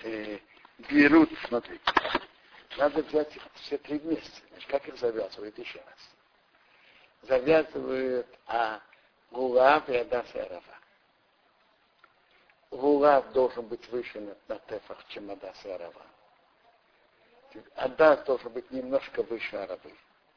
берут, смотрите, надо взять все три вместе. Значит, как их завязывают еще раз? Завязывают гулав и адас и арава. Гулав должен быть выше на тефах, чем адас и арава. Адас должен быть немножко выше аравы.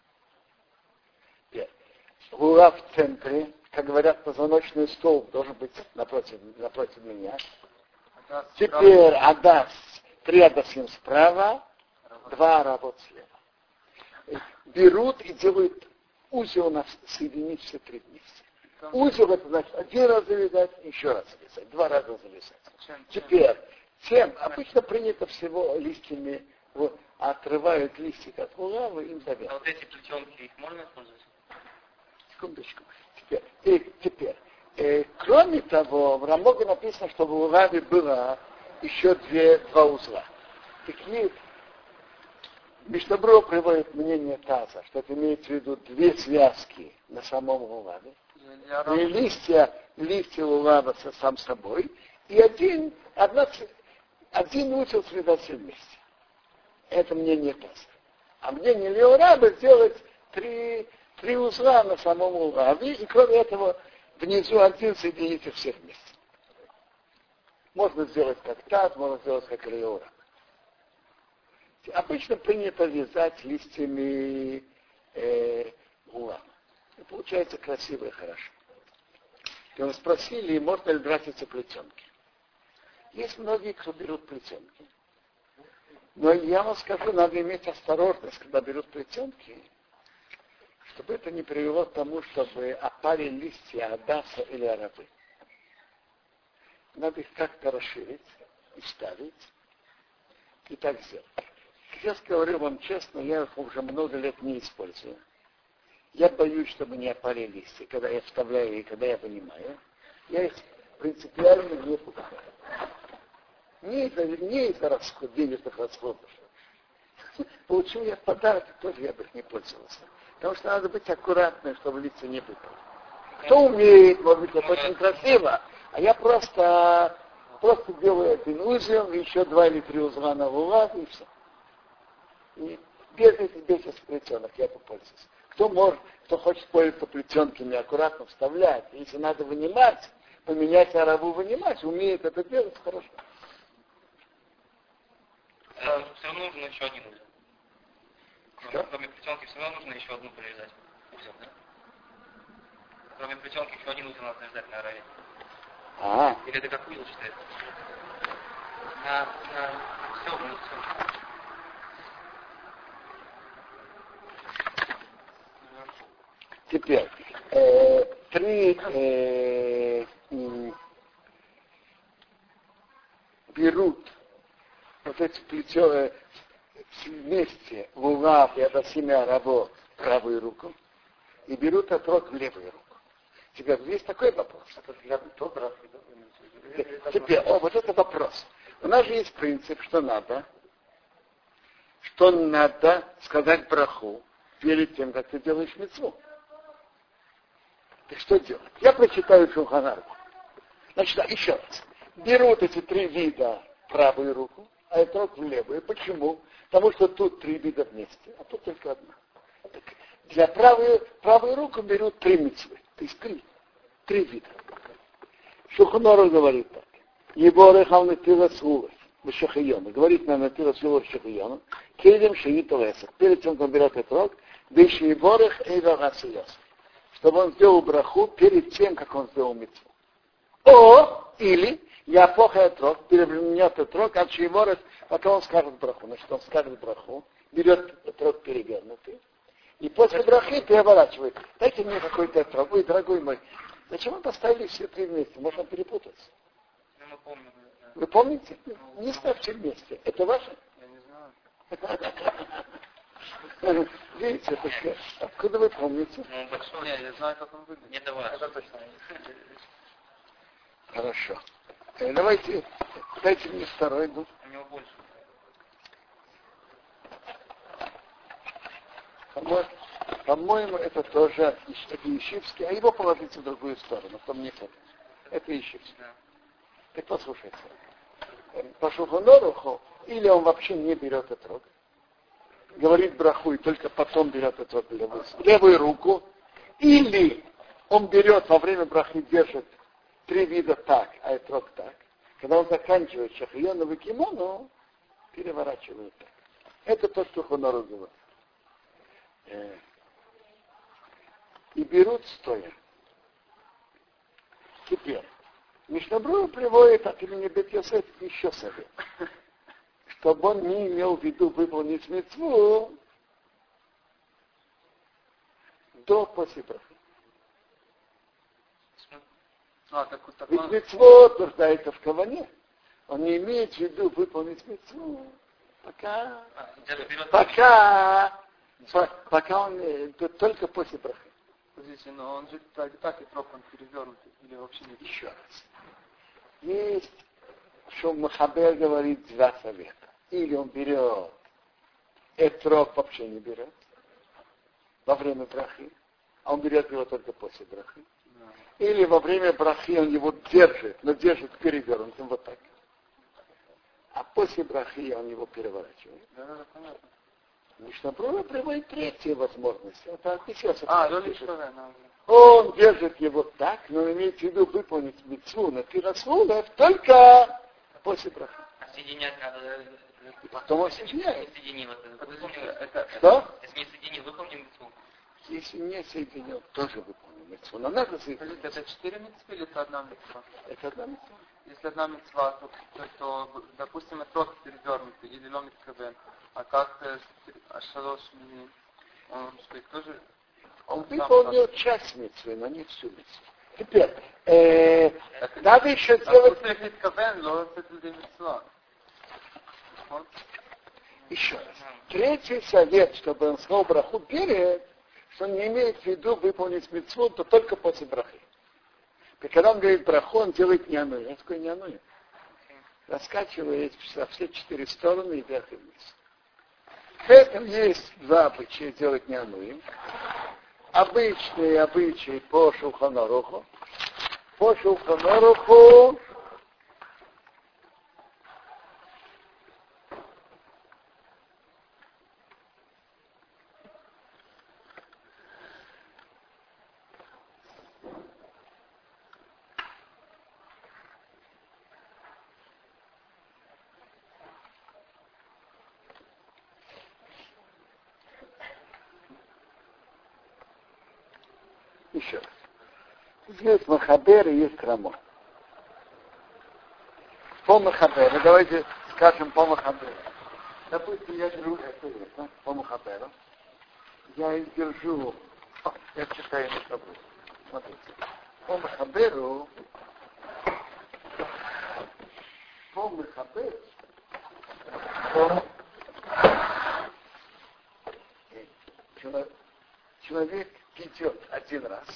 Гулав в центре, как говорят, позвоночный столб должен быть напротив меня. Теперь адас, 3 адасим справа, 2 аравот слева. Берут и делают узел, соединить все три вместе. Узел это значит один раз завязать, еще раз завязать, 2 раза завязать. Теперь, обычно принято всего листьями, отрывают листик от гулава и им завязывают. А вот эти плетенки, их можно использовать? Секундочку. Теперь. Кроме того, в Рамоге написано, что в гулаве было еще 2 узла. Такие Мишнабро приводит мнение Таза, что это имеется в виду 2 связки на самом гулаве. И листья гулава сам собой, и один узел связаться вместе. Это мнение Таза. А мнение Леораба сделать 3 узла на самом гулаве, и кроме этого внизу один соединить их всех вместе. Можно сделать как Таз, можно сделать как Леораб. Обычно принято вязать листьями гулава. И получается красиво и хорошо. И мы спросили, можно ли брать эти плетенки. Есть многие, кто берут плетенки. Но я вам скажу, надо иметь осторожность, когда берут плетенки, чтобы это не привело к тому, чтобы опали листья адаса или аравы. Надо их как-то расширить и ставить. И так сделать. Я говорю вам честно, я их уже много лет не использую. Я боюсь, чтобы не опали листья, когда я вставляю и когда я вынимаю. Я их принципиально не покупаю. Не из-за денежных расходов. Получил я в подарок, тоже я бы их не пользовался. Потому что надо быть аккуратным, чтобы листья не выпали. Кто умеет, может быть, это очень красиво, а я просто делаю один узел, еще 2 или 3 узла на гулав, и все. И без этих плетенок я попользуюсь. Кто хочет пользоваться плетенками, аккуратно вставлять. Если надо вынимать, поменять араву, вынимать, умеет это делать, хорошо. Все равно нужно еще один узел. Кроме плетенки все равно нужно еще одну привязать. Узел, да? Кроме плетенки еще один узел надо завязать на араве. Или это как узел считается? Все. Теперь, 3 берут вот эти плетеные вместе гулав и адасим и аравот правую руку и берут отрок в левую руку. Теперь есть такой вопрос. Теперь, вот это вопрос. У нас же есть принцип, что надо сказать браху перед тем, как ты делаешь мицву. Ты что делать? Я прочитаю Шулхан Арух. Значит, еще раз. Берут эти 3 вида правую руку, а это руку в левую. Почему? Потому что тут 3 вида вместе, а тут только одна. Так, для правую руку берут 3 мицвы. То есть 3 вида. Шулхан Арух говорит так. Еборехал натила слулов. Шахайона. Говорит на натила слулов Шахайона. Кейдем шииту лесах. Перед тем, как он берет этот рог, дыши еборех эйва гасияс. Чтобы он сделал браху перед тем, как он сделал мицву. Или я плохо отрок, перевернет отрок, а чьего потом он скажет браху. Значит, он скажет браху, берет отрок перевернутый, и после брахи переворачивает. Дайте мне какой-то отрок. Ой, дорогой мой, зачем вы поставили все 3 вместе? Можно перепутаться. Мы помним. Вы помните? Не ставьте вместе. Это ваше? Я не знаю. Видите, откуда вы помните? Ну, большой, я не знаю, как он выглядит. Не давай. Это точно. Хорошо. Давайте, дайте мне второй. У него больше. По-моему, это тоже это ишивский, а его положите в другую сторону, там не это. Это ишивский. Да. Так послушайте. по Шулхан-Аруху, или он вообще не берет отрок, говорит браху и только потом берет отрок в левую руку, или он берет во время брахи, держит 3 вида так, а отрок так. Когда он заканчивает шахрионовый кимоно, переворачивает так. Это то, что Шулхан-Арух говорит. И берут стоя. Теперь, Мишна Брура приводит от имени Бет Йосеф еще совет. Чтобы он не имел в виду выполнить мицву до после брахи. Ведь мицву утверждается в каване. Он не имеет в виду выполнить мицву. Пока он только после брахи. Подождите, но он же так и троп, он перевернутый, или вообще нет? Еще раз. Есть, что Махабер говорит 2 совета. Или он берет, троп вообще не берет, во время брахи, а он берет его только после брахи. Да. Или во время брахи он его держит, но держит перевернутым вот так. А после брахи он его переворачивает. Да, понятно. Мишна Брура приводит 3-ю возможность. Это он держит его так, но имеет в виду выполнить мицву на пиросвулов только после брахи. А соединять надо. И потом он соединяет. Что? Если не соединил, выполним мицву. Если не соединил, тоже выполним мицву. Но надо соединить. Это 4 мицвы или это 1 мицва? Это 1 мицва. Если 1 мицва, то допустим, отрок перевернутый или ломит кавен. А как Шалош Мини? Он что, тоже... Он выполнил часть мицвы, но не всю мицву. Теперь, надо еще сделать... Еще раз. 3-й совет, чтобы он сказал браху перед, что он не имеет в виду выполнить мицву, то только после брахи. И когда он говорит браху, он делает неануя. Я такой неануя. Раскачивает во все 4 стороны и вверх и вниз. В этом есть 2 обычая делать неануим. Обычные обычаи по Шулхан-Аруху. По Шулхан-Аруху еще раз. Есть Махабер и есть Рамо. По Махаберу, давайте скажем по Махаберу. Допустим, я держу это по Махаберу. Я держу, я читаю на собой. Смотрите. По Махаберу, человек идет 1 раз.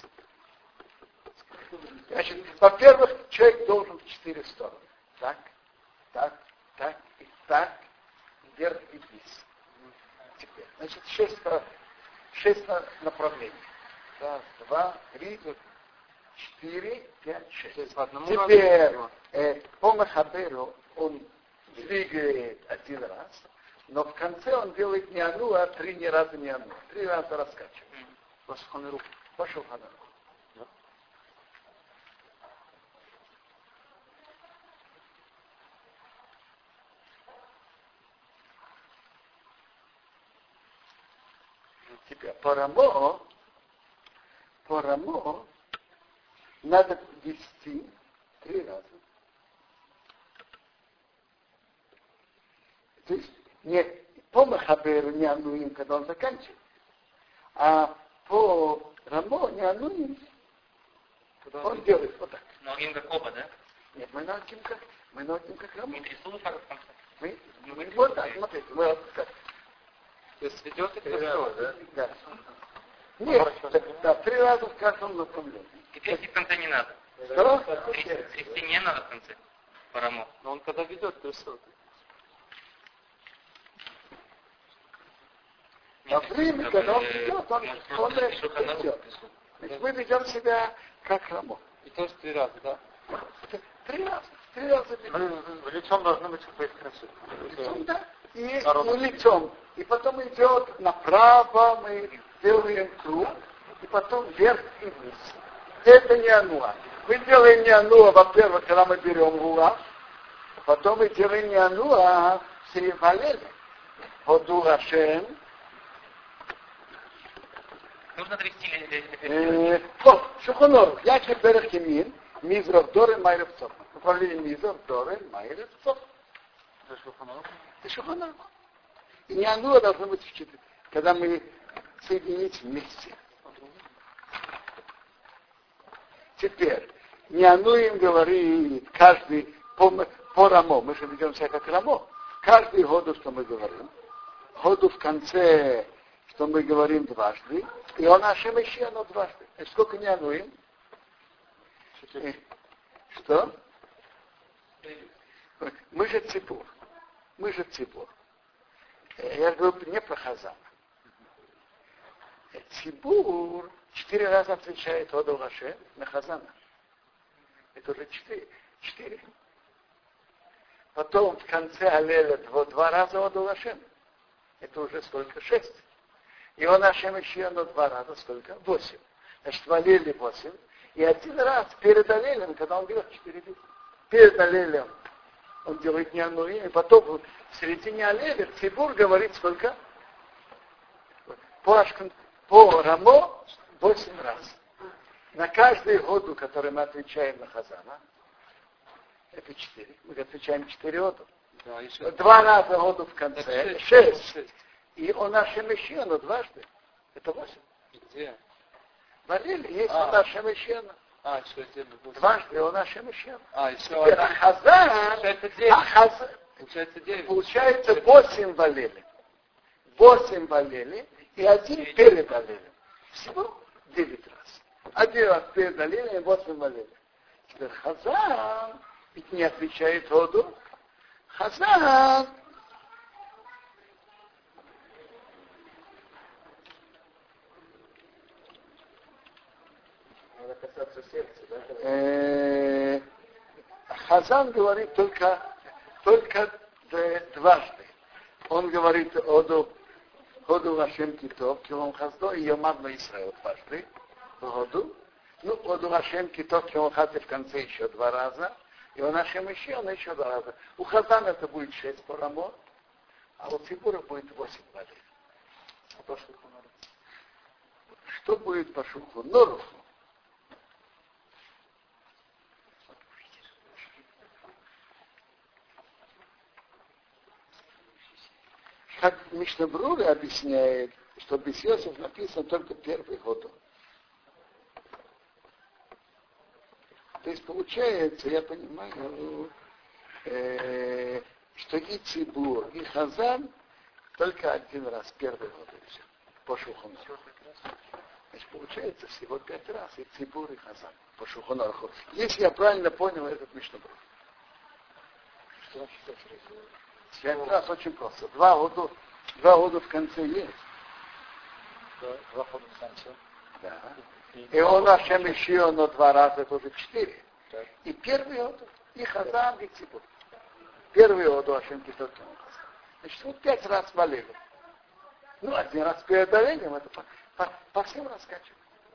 Значит, во-первых, человек должен в 4 стороны. Так, так, так и так, вверх и вниз. Теперь, значит, 6 направлений. 1, 2, 3, 4, 5, 6. Теперь, по Махаберу он двигает 1 раз, но в конце он делает не одну, а 3 раза не одну. 3 раза раскачивает. По Шулхан-Аруху. Теперь по Рамо надо вести 3 раза. То есть не по Махаберу не ануим, когда он заканчивает, а по Рамо не ануим. Он делает вот так. Но он как оба, да? Нет, мы научим как Рамо. Не 3 слова в конце. Мы вот так, смотрите, мы вот так. То есть ведет это все, да? Да. Нет, да, 3 раза в каждом направлении. И 3 в конце не надо. Что? 3 не надо в конце. По Рамо. Но он когда ведет, то все. Во время, когда он ведет, он ведет. Значит, мы ведем себя как Рамо. И тоже 3 раза, да? 3 раза. 3 раза бери. Лицом должно быть быть красиво. Лицом, да. И лицом. И потом идет направо, мы делаем круг, и потом вверх и вниз. Это не ануа. Мы делаем не ануа, во-первых, когда мы берем лулав, потом мы делаем не ануа в Сиривалеле. Ходу Рашем. Нужно довести Шухонор. Я Берех Емин, Мизров Доры, Майров Цов. Управление Мизров Доры, Майров Цов. Это Шухонор. Это Шухонор. И не ануа должно быть в 4, когда мы соединить вместе. Теперь, не ануим говорит каждый по рамо, мы же ведем себя как рамо. Каждый году, что мы говорим, году в конце, что мы говорим дважды, и он Ашем еще оно дважды. И сколько не ануим? Что? Мы же цибур. Я говорю не про Хазана. Цибур 4 раза отвечает Оду Раше на Хазана. Это уже 4. Потом в конце Алеля 2 раза Оду Раше. Это уже сколько? 6. И он Ашем еще 2 раза сколько? 8. Значит, в Алеле 8. И 1 раз перед Алелем, когда он делает 4 вида. Перед Алелем он делает не ануим, и потом в середине Алеля Цибур говорит сколько? По Рамо 8 раз. На каждый году, который мы отвечаем на Хазана, это 4. Мы отвечаем 4 года. Да, 2 раза году в конце, 6. И он Ашем Ишьяну дважды. Это 8. Где? В Алеле есть он Ашем Ишьяну. Что это? Дважды он Ашем Ишьяну. Еще Хазан, получается 9. Получается 8 в Алеле. 8 в Алеле и 1 перед Алелем. Всего 9 раз. 1 раз перед Алелем и 8 в Алеле. Теперь Хазан ведь не отвечает Ходу. Хазан надо касаться сердца, да? Хазан говорит только дважды. Он говорит Ходу Вашем Китов, Килом Хаздо и Йомад на Исраил дважды. Ходу. Ходу Вашем Китов, Килом Хаздо в конце еще 2 раза. И он Ашем еще 2 раза. У Хазана это будет 6 по Рамо, а у Цибура будет 8 валей. Что будет по Шулху Норуху? Как Мишна Брура объясняет, что без Йосиф написан только первый год. То есть получается, я понимаю, что и Цибур, и Хазан только 1 раз, первый год, и все, по Шулхану. Значит, получается всего 5 раз, и Цибур, и Хазан, по Шулхану. Если я правильно понял этот Мишна Брура. Что значит это? 5 раз очень просто. 2 года в конце есть. 2 года в конце. Да. И он Ашем еще 2 раза, это уже 4. Так. И первый год, и Хазан, и Цибур. Первый год Ашем Китот. Значит, вот 5 раз валили. 1 раз перед Олегом, это по всем раскачиваем.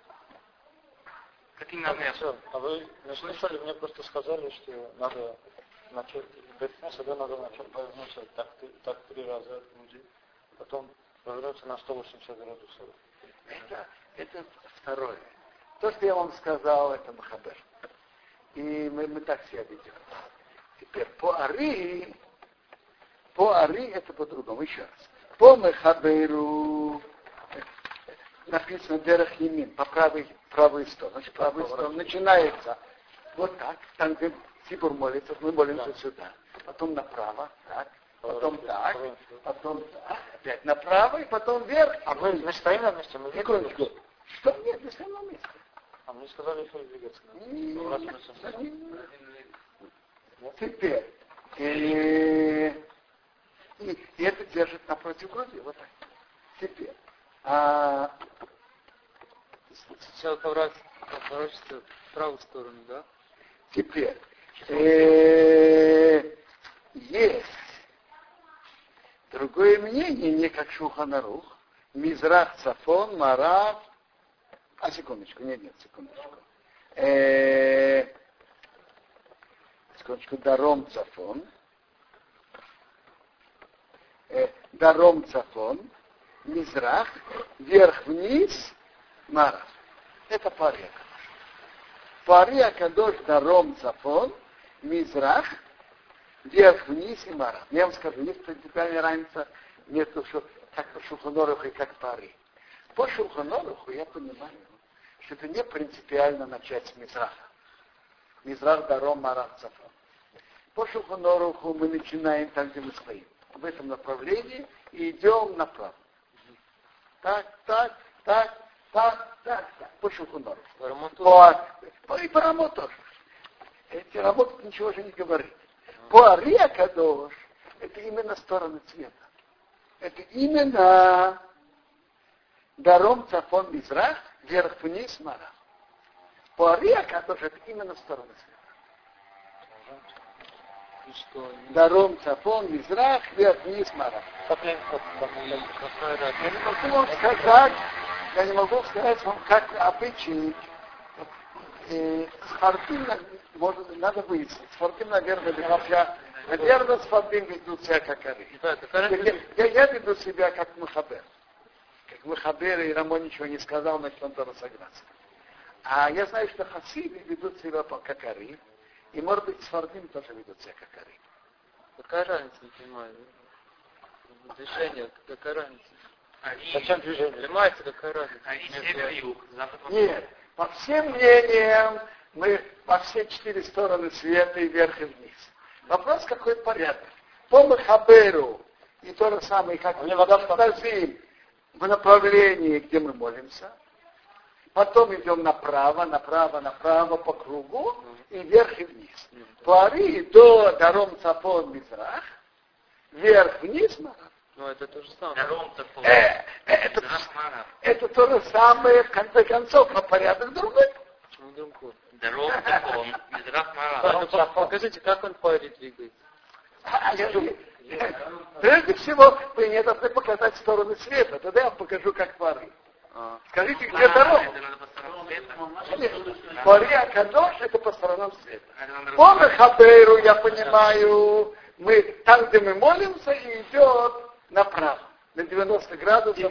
Каким нам мясо? А вы не слышали, мне просто сказали, что надо начать, всегда надо начать повернуться так 3 раза, потом повернуться на 180 градусов. Это второе. То, что я вам сказал, это Махабер. И мы так себя ведем. Теперь по Ари это по-другому. Еще раз. По Махаберу написано Дерех Емин, по правой стороне. Значит, правая сторона начинается вот так, там где Цибур молится, мы молимся сюда. Потом направо, так. Потом так, потом так, опять направо и потом вверх. А мы не стоим на месте, мы двигаемся. Что? Нет, не стоим на месте. А мне сказали, что двигаться. Теперь. И это держит напротив груди, вот так. Теперь. Сначала поворачивается в правую сторону, да? Теперь. Есть другое мнение, не как Шулхан Арух. Мизрах, Цафон, Марав. Секундочку, нет, секундочку. Секундочку, Даром, Цафон. Даром, Цафон. Мизрах, вверх-вниз, Марав. Это Пария Кадош. Пария Кадош, Даром, Цафон, Мизрах, вверх-вниз и Марав. Я вам скажу, есть принципиальная разница между как по Шулхан Аруху и как Пари. По Шулхан Аруху я понимаю, что это не принципиально начать с Мизраха. Мизрах, Даром, Марав, Цафон. По Шулхан Аруху мы начинаем там, где мы стоим. В этом направлении и идем направо. Так. По Шулхан Аруху. И по Раму тоже. Эти работы ничего же не говорит. По Ария Кадош это именно стороны цвета. Это именно Даром, Цафон, Мизрах, вверх-вниз, Марав. По Ария Кадош это именно стороны цвета. Даром, Цафон, Мизрах, вверх-вниз, Марав. Я не могу сказать вам, как обычай. Сфардим, может, надо выяснить. Сфардим, наверное, Сфардим ведут себя как Ари. Я веду себя как Мухабер. Как Мухабер, и Рамо ничего не сказал, значит, он тоже согласен. А я знаю, что хасиды ведут себя как Ари, и, может быть, Сфардим тоже ведут себя как Ари. Какая разница, не понимаю? Движение, какая разница? Зачем движение? Понимаете, какая разница? Ари, север, юг, запад, восток. Нет. По всем мнениям, мы по все 4 стороны света и вверх и вниз. Вопрос, какой порядок. По Махаберу и то же самое, как мы в направлении, где мы молимся. Потом идем направо по кругу и вверх и вниз. По Ари до Даром, Цафон, Мизрах, вверх-вниз, Марав. Ну, это то же самое. Это то же самое, в конце концов, но порядок другой. Почему другой? Даром, Цафон, Мизрах, Марав. Покажите, как он по Ари двигается. Прежде всего, вы мне должны показать стороны света. Тогда я вам покажу, как по Ари. Скажите, где дорога? По Ари Акадош это по сторонам света. По Махаберу, я понимаю, мы там, где мы молимся, и идет направо, на 90 градусов.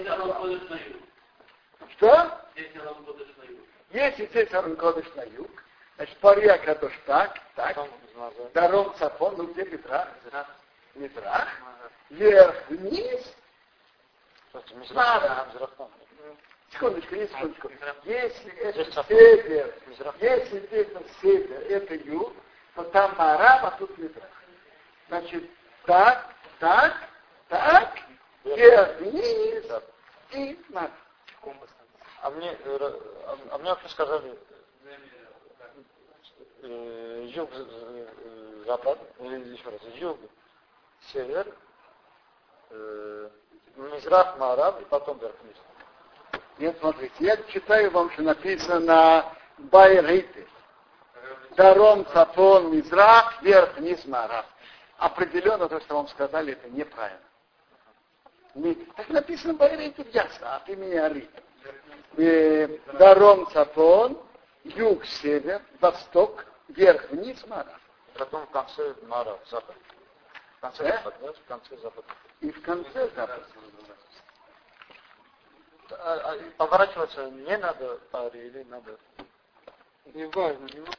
Что? Если здесь Арон-Кодыш на юг, значит, Пария Кадош так. Даром, Цафон, ну где Мизрах? Мизрах. Вверх-вниз. Марав. Секундочку. Если это север, если это север, это юг, то там Марав, а тут Мизрах. Значит, так, вверх-вниз и Марав. А мне вообще сказали, юг, запад, или еще раз, юг, север, Мизрах, Марав, и потом вверх-вниз. Нет, смотрите, я читаю вам, что написано Байрите. Даром, Цафон, Мизрах, вверх-вниз, Марав. Определенно то, что вам сказали, это неправильно. Так написано Байрите в Яса, от имени Ари. Даром, Цафон, юг, север, восток, вверх-вниз, Марав. Потом в конце Марав, запад. В конце запад, да? В конце запад. И в конце запад. Поворачиваться не надо паре или надо? Не важно,